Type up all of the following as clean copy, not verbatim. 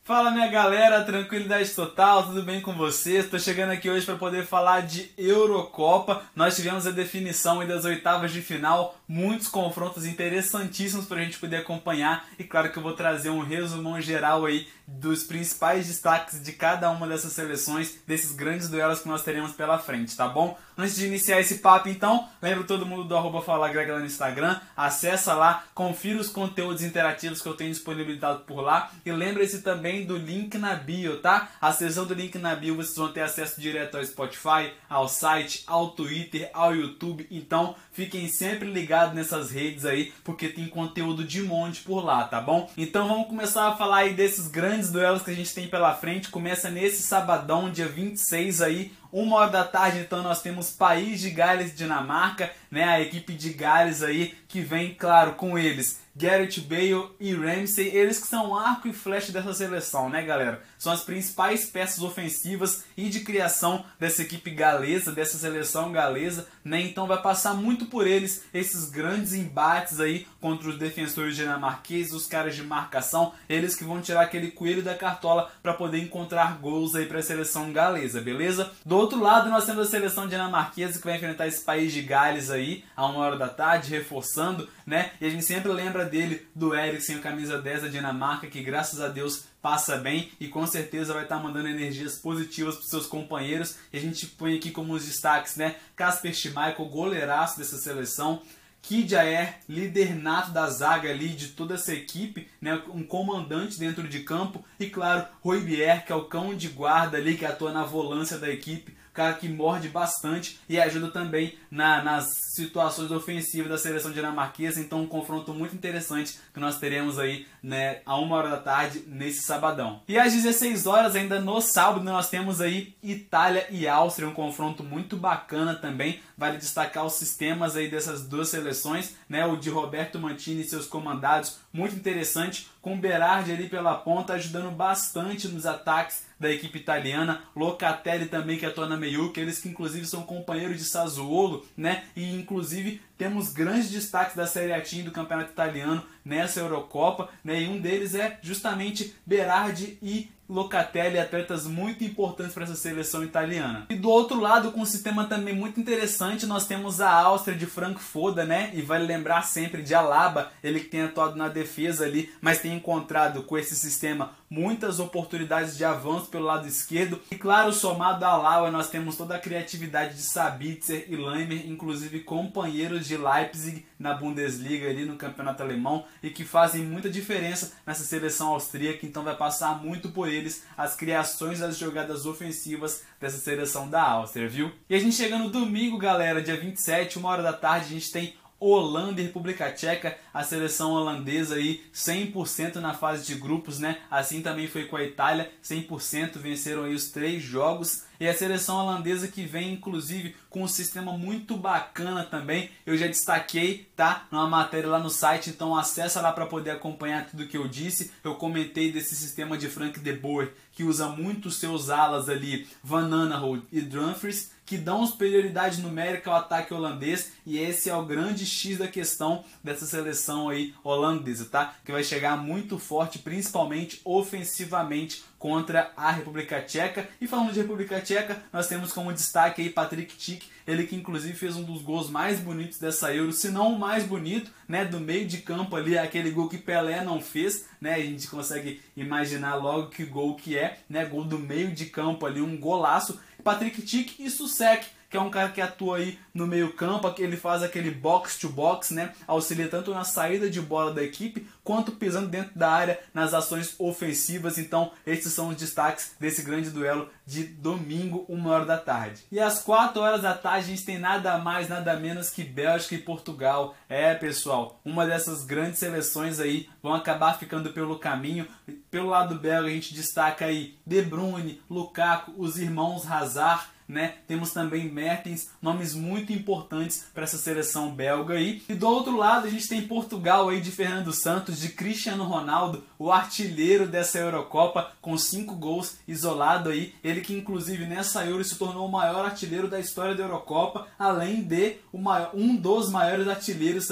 Fala minha galera, tranquilidade total, tudo bem com vocês? Estou chegando aqui hoje para poder falar de Eurocopa. Nós tivemos a definição aí das oitavas de final, muitos confrontos interessantíssimos para a gente poder acompanhar e claro que eu vou trazer um resumão geral aí dos principais destaques de cada uma dessas seleções, desses grandes duelos que nós teremos pela frente, tá bom? Antes de iniciar esse papo então, lembra todo mundo do @falagreg lá no Instagram, acessa lá, confira os conteúdos interativos que eu tenho disponibilizado por lá e lembre-se também do link na bio, tá? Acessando o link na bio vocês vão ter acesso direto ao Spotify, ao site, ao Twitter, ao YouTube, então fiquem sempre ligados nessas redes aí, porque tem conteúdo de monte por lá, tá bom? Então vamos começar a falar aí desses grandes duelos que a gente tem pela frente. Começa nesse sabadão, dia 26 aí, 1h da tarde, então nós temos País de Gales e Dinamarca, né? A equipe de Gales aí que vem, claro, com eles Gareth Bale e Ramsey, eles que são arco e flecha dessa seleção, né, galera? São as principais peças ofensivas e de criação dessa equipe galesa, dessa seleção galesa, né? Então vai passar muito por eles esses grandes embates aí contra os defensores dinamarqueses, os caras de marcação, eles que vão tirar aquele coelho da cartola para poder encontrar gols aí para a seleção galesa, beleza? Do outro lado nós temos a seleção dinamarquesa que vai enfrentar esse País de Gales aí a 1h da tarde, reforçando, né? E a gente sempre lembra dele, do Eriksen, a camisa 10 da Dinamarca, que graças a Deus passa bem e com certeza vai estar mandando energias positivas para os seus companheiros. E a gente põe aqui como os destaques, né? Kasper Schmeichel, goleiraço dessa seleção. Kid Ayer, líder nato da zaga ali de toda essa equipe, né? Um comandante dentro de campo. E claro, Højbjerg, que é o cão de guarda ali, que atua na volância da equipe. Cara que morde bastante e ajuda também nas situações ofensivas da seleção dinamarquesa. Então um confronto muito interessante que nós teremos aí, né, a 1h da tarde nesse sabadão. E às 16 horas, ainda no sábado, nós temos aí Itália e Áustria, um confronto muito bacana também. Vale destacar os sistemas aí dessas duas seleções, né, o de Roberto Mantini e seus comandados, muito interessante, com Berardi ali pela ponta ajudando bastante nos ataques da equipe italiana, Locatelli também que atua na meiuca, eles que inclusive são companheiros de Sassuolo, né? E inclusive temos grandes destaques da Serie A Team do campeonato italiano nessa Eurocopa, né? E um deles é justamente Berardi e Locatelli, atletas muito importantes para essa seleção italiana. E do outro lado, com um sistema também muito interessante, nós temos a Áustria de Frank Foda, né? E vale lembrar sempre de Alaba, ele que tem atuado na defesa ali, mas tem encontrado com esse sistema muitas oportunidades de avanço pelo lado esquerdo. E claro, somado a Alaba, nós temos toda a criatividade de Sabitzer e Laimer, inclusive companheiros de Leipzig na Bundesliga ali no campeonato alemão, e que fazem muita diferença nessa seleção austríaca, então vai passar muito por eles as criações das jogadas ofensivas dessa seleção da Áustria, viu? E a gente chega no domingo, galera, dia 27, 1h da tarde, a gente tem Holanda e República Tcheca, a seleção holandesa aí 100% na fase de grupos, né? Assim também foi com a Itália, 100%, venceram aí os 3 jogos. E a seleção holandesa que vem inclusive com um sistema muito bacana também, eu já destaquei, tá? Numa matéria lá no site, então acessa lá para poder acompanhar tudo que eu disse. Eu comentei desse sistema de Frank de Boer, que usa muito os seus alas ali, Van Aanholt e Dumfries, que dão superioridade numérica ao ataque holandês, e esse é o grande X da questão dessa seleção aí holandesa, tá? Que vai chegar muito forte, principalmente ofensivamente, contra a República Tcheca. E falando de República Tcheca, nós temos como destaque aí Patrick Schick, ele que inclusive fez um dos gols mais bonitos dessa Euro, se não o mais bonito, né, do meio de campo ali, aquele gol que Pelé não fez, né, a gente consegue imaginar logo que gol que é, né, gol do meio de campo ali, um golaço. Patrick Schick e Soucek, que é um cara que atua aí no meio campo, ele faz aquele box to box, né? Auxilia tanto na saída de bola da equipe, quanto pisando dentro da área nas ações ofensivas. Então esses são os destaques desse grande duelo de domingo, 1h da tarde. E às 4h da tarde a gente tem nada mais, nada menos que Bélgica e Portugal. É, pessoal, uma dessas grandes seleções aí vão acabar ficando pelo caminho. Pelo lado belga a gente destaca aí De Bruyne, Lukaku, os irmãos Hazard, né? Temos também Mertens, nomes muito importantes para essa seleção belga aí. E do outro lado a gente tem Portugal aí de Fernando Santos, de Cristiano Ronaldo, o artilheiro dessa Eurocopa, com 5 gols isolado aí. Ele que inclusive nessa Euro se tornou o maior artilheiro da história da Eurocopa, além de um dos maiores artilheiros aí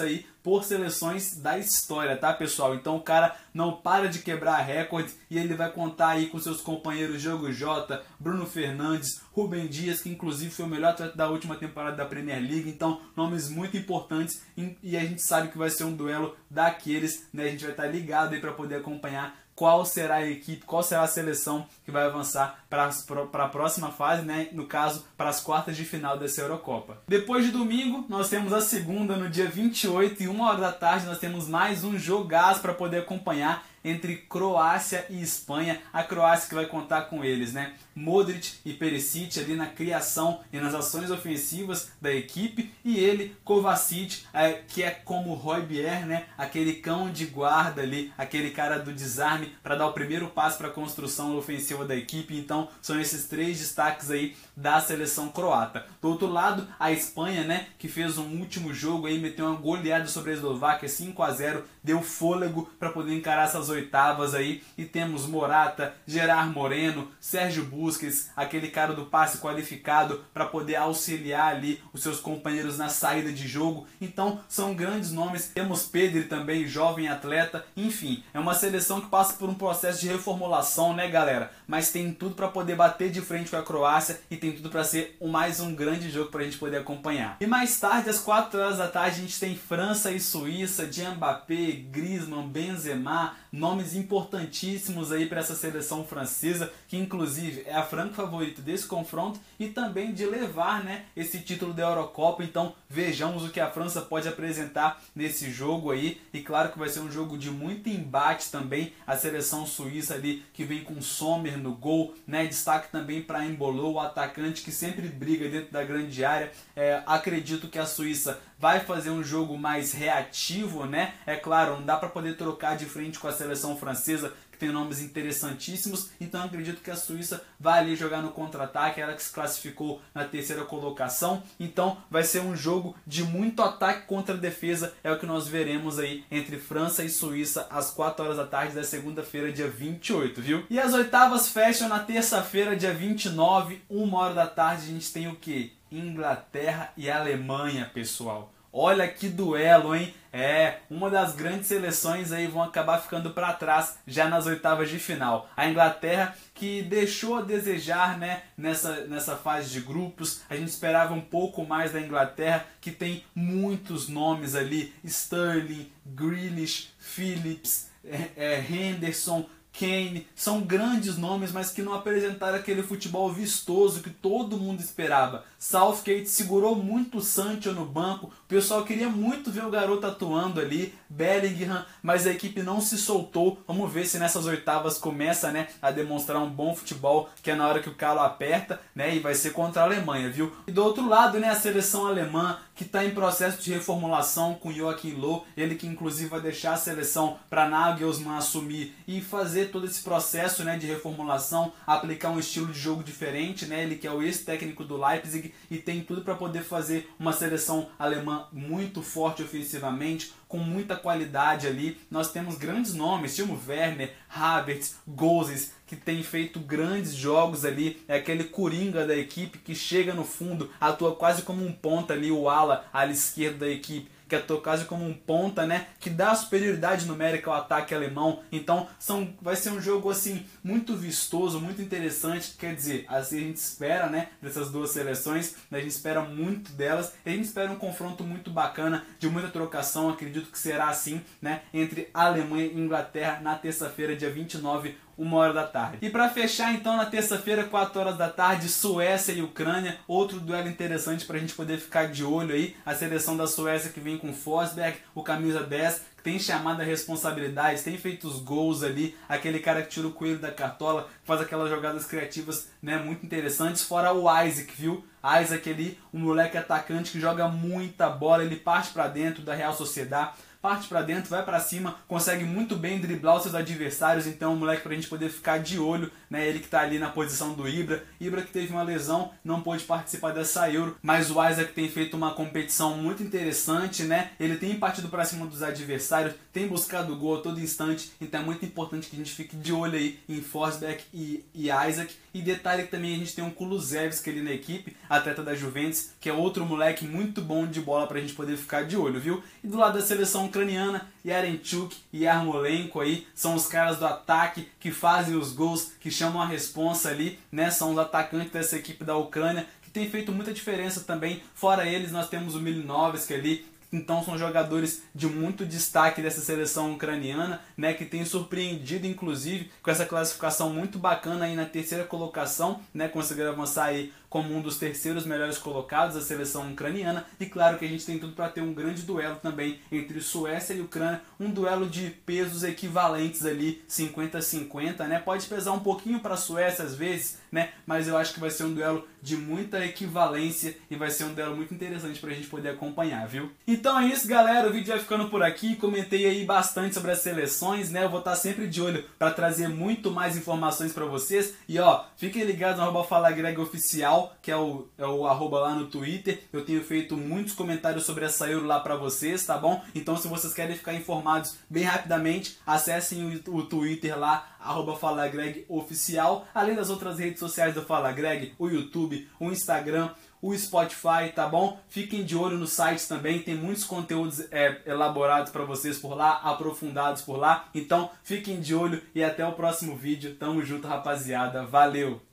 por seleções da história, tá, pessoal? Então o cara não para de quebrar recordes e ele vai contar aí com seus companheiros Diogo Jota, Bruno Fernandes, Rubem Dias, que inclusive foi o melhor atleta da última temporada da Premier League. Então, nomes muito importantes e a gente sabe que vai ser um duelo daqueles, né? A gente vai estar ligado aí para poder acompanhar qual será a equipe, qual será a seleção que vai avançar para a próxima fase, né? No caso, para as quartas de final dessa Eurocopa. Depois de domingo, nós temos a segunda no dia 28 e 1 hora da tarde nós temos mais um jogaço para poder acompanhar entre Croácia e Espanha. A Croácia que vai contar com eles, né? Modric e Perisic ali na criação e nas ações ofensivas da equipe, e ele, Kovacic, que é como Højbjerg, né? Aquele cão de guarda ali, aquele cara do desarme para dar o primeiro passo para a construção ofensiva da equipe. Então são esses três destaques aí da seleção croata. Do outro lado, a Espanha, né? Que fez um último jogo aí, meteu uma goleada sobre a Eslováquia 5-0, deu fôlego para poder encarar essas oitavas aí, e temos Morata, Gerard Moreno, Sérgio Busquets, aquele cara do passe qualificado para poder auxiliar ali os seus companheiros na saída de jogo. Então são grandes nomes. Temos Pedri também, jovem atleta. Enfim, é uma seleção que passa por um processo de reformulação, né, galera? Mas tem tudo para poder bater de frente com a Croácia e tem tudo para ser mais um grande jogo para a gente poder acompanhar. E mais tarde, às 4 horas da tarde, a gente tem França e Suíça, de Mbappé, Griezmann, Benzema, nomes importantíssimos aí para essa seleção francesa, que inclusive é a franca favorita desse confronto e também de levar, né, esse título da Eurocopa. Então vejamos o que a França pode apresentar nesse jogo aí, e claro que vai ser um jogo de muito embate também. A seleção suíça ali que vem com Sommer no gol, né, destaque também para Embolo, o atacante que sempre briga dentro da grande área. Acredito que a Suíça vai fazer um jogo mais reativo, né? É claro, não dá para poder trocar de frente com a seleção francesa, que tem nomes interessantíssimos. Então acredito que a Suíça vai ali jogar no contra-ataque, ela que se classificou na terceira colocação. Então vai ser um jogo de muito ataque contra defesa, é o que nós veremos aí entre França e Suíça às 4 horas da tarde da segunda-feira, dia 28, viu? E as oitavas fecham na terça-feira, dia 29, 1 hora da tarde. A gente tem o quê? Inglaterra e Alemanha, pessoal. Olha que duelo, hein? Uma das grandes seleções aí vão acabar ficando para trás já nas oitavas de final. A Inglaterra, que deixou a desejar, né, nessa fase de grupos. A gente esperava um pouco mais da Inglaterra, que tem muitos nomes ali: Sterling, Grealish, Phillips, Henderson, Kane, são grandes nomes, mas que não apresentaram aquele futebol vistoso que todo mundo esperava. Southgate segurou muito o Sancho no banco, o pessoal queria muito ver o garoto atuando ali, Bellingham, mas a equipe não se soltou. Vamos ver se nessas oitavas começa, né, a demonstrar um bom futebol, que é na hora que o calo aperta, né, e vai ser contra a Alemanha, viu? E do outro lado, né, a seleção alemã, que está em processo de reformulação com Joachim Löw, ele que inclusive vai deixar a seleção para Nagelsmann assumir e fazer todo esse processo, né, de reformulação, aplicar um estilo de jogo diferente, né, ele que é o ex-técnico do Leipzig e tem tudo para poder fazer uma seleção alemã muito forte ofensivamente, com muita qualidade ali. Nós temos grandes nomes, Timo Werner, Havertz, Gozes, que tem feito grandes jogos ali. É aquele coringa da equipe que chega no fundo, atua quase como um ponta ali, o ala esquerdo da equipe, que atua quase como um ponta, né, que dá superioridade numérica ao ataque alemão. Então vai ser um jogo assim muito vistoso, muito interessante. Quer dizer, assim a gente espera, né, dessas duas seleções, a gente espera muito delas, e a gente espera um confronto muito bacana, de muita trocação. Acredito que será assim, né, entre Alemanha e Inglaterra na terça-feira, dia 29, 1 hora da tarde. E para fechar então, na terça-feira, 4 horas da tarde, Suécia e Ucrânia, outro duelo interessante para a gente poder ficar de olho aí. A seleção da Suécia que vem com Forsberg, o camisa 10, que tem chamado a responsabilidade, tem feito os gols ali, aquele cara que tira o coelho da cartola, faz aquelas jogadas criativas, né, muito interessantes, fora o Isaac, viu? Isaac ali, um moleque atacante que joga muita bola, ele parte para dentro da Real Sociedad, parte pra dentro, vai pra cima, consegue muito bem driblar os seus adversários, então é um moleque pra gente poder ficar de olho, né? Ele que tá ali na posição do Ibra que teve uma lesão, não pôde participar dessa Euro, mas o Isaac tem feito uma competição muito interessante, né? Ele tem partido pra cima dos adversários, tem buscado gol a todo instante, então é muito importante que a gente fique de olho aí em Forsberg e Isaac. E detalhe que também a gente tem um Kulusevski ali na equipe, atleta da Juventus, que é outro moleque muito bom de bola pra gente poder ficar de olho, viu? E do lado da seleção ucraniana, Yarenchuk e Yarmolenko aí são os caras do ataque que fazem os gols, que chamam a responsa ali, né? São os atacantes dessa equipe da Ucrânia, que tem feito muita diferença também. Fora eles, nós temos o Milinovski ali. Então são jogadores de muito destaque dessa seleção ucraniana, né, que tem surpreendido inclusive com essa classificação muito bacana aí na terceira colocação, né, conseguiram avançar aí como um dos terceiros melhores colocados da seleção ucraniana. E claro que a gente tem tudo para ter um grande duelo também entre Suécia e Ucrânia, um duelo de pesos equivalentes ali, 50-50, né? Pode pesar um pouquinho para a Suécia às vezes, né? Mas eu acho que vai ser um duelo de muita equivalência e vai ser um duelo muito interessante para a gente poder acompanhar, viu? Então é isso, galera, o vídeo vai ficando por aqui. Comentei aí bastante sobre as seleções, né? Eu vou estar sempre de olho para trazer muito mais informações para vocês. E ó, fiquem ligados no @FalaGregOficial, que é o arroba lá no Twitter. Eu tenho feito muitos comentários sobre essa Euro lá pra vocês, tá bom? Então se vocês querem ficar informados bem rapidamente, acessem o Twitter lá, @FalaGregOficial, além das outras redes sociais do Fala Greg, o YouTube, o Instagram, o Spotify, tá bom? Fiquem de olho no site também, tem muitos conteúdos elaborados para vocês por lá, aprofundados por lá. Então fiquem de olho e até o próximo vídeo. Tamo junto, rapaziada. Valeu!